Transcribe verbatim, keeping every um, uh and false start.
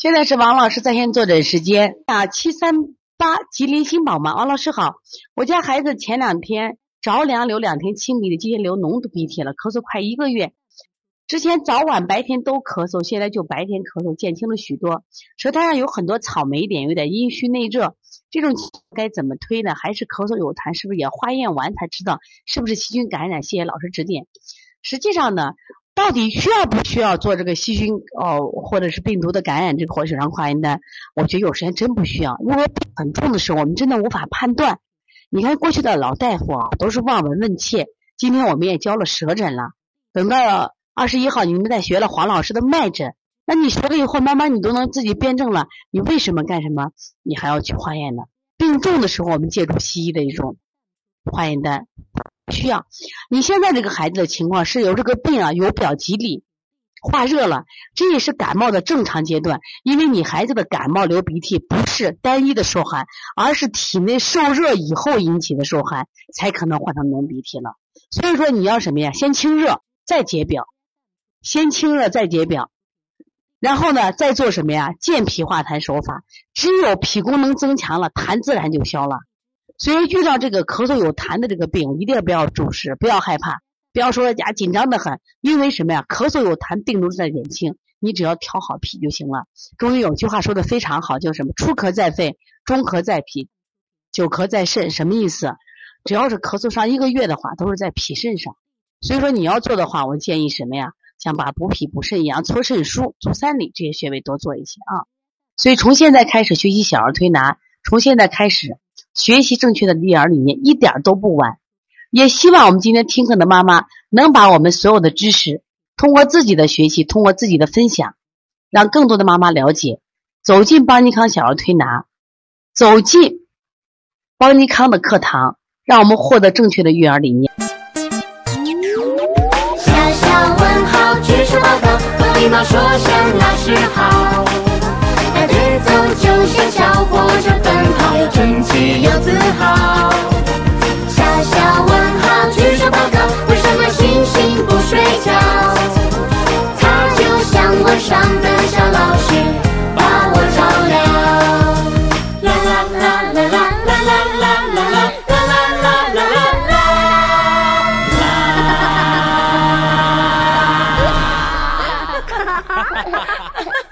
现在是王老师在线坐诊时间啊，七三八吉林新宝妈，王老师好，我家孩子前两天着凉流两天清鼻涕，今天流脓鼻涕了，咳嗽快一个月。之前早晚白天都咳嗽，现在就白天咳嗽减轻了许多，舌苔上有很多草莓点，有点阴虚内热，这种该怎么推呢？还是咳嗽有痰，是不是也化验完才知道是不是细菌感染？谢谢老师指点。实际上呢，到底需要不需要做这个细菌哦，或者是病毒的感染这个活血上化验单？我觉得有时间真不需要，因为很重的时候我们真的无法判断。你看过去的老大夫啊，都是望闻问切，今天我们也教了舌诊了，等到二十一号你们再学了黄老师的脉诊，那你学了以后慢慢你都能自己辩证了，你为什么干什么你还要去化验呢？病重的时候我们借助西医的一种化验单需要。你现在这个孩子的情况是有这个病啊，有表肌里化热了，这也是感冒的正常阶段，因为你孩子的感冒流鼻涕不是单一的受寒，而是体内受热以后引起的受寒，才可能换成脓鼻涕了。所以说你要什么呀？先清热再解表，先清热再解表，然后呢再做什么呀？健脾化痰手法，只有脾功能增强了，痰自然就消了。所以遇到这个咳嗽有痰的这个病，一定不要重视，不要害怕，不要说呀紧张的很，因为什么呀？咳嗽有痰，病毒在减轻，你只要调好脾就行了。中医有句话说的非常好，叫什么？初咳在肺，中咳在脾，久咳在肾。什么意思？只要是咳嗽上一个月的话，都是在脾肾上。所以说你要做的话，我建议什么呀？像把补脾补肾阳、搓肾腧、足三里这些穴位多做一些啊。所以从现在开始学习小儿推拿，从现在开始学习正确的育儿理念，一点都不晚。也希望我们今天听课的妈妈能把我们所有的知识通过自己的学习，通过自己的分享，让更多的妈妈了解，走进邦尼康小儿推拿，走进邦尼康的课堂，让我们获得正确的育儿理念。 小小问号举手报告，和礼貌说声老师好。排队走就像小火车奔跑，有争气有自豪。小小问号举手报告，为什么星星不睡觉？它就像晚上的小老师，把我照亮。啦啦啦啦啦啦啦啦啦啦啦啦啦啦啦。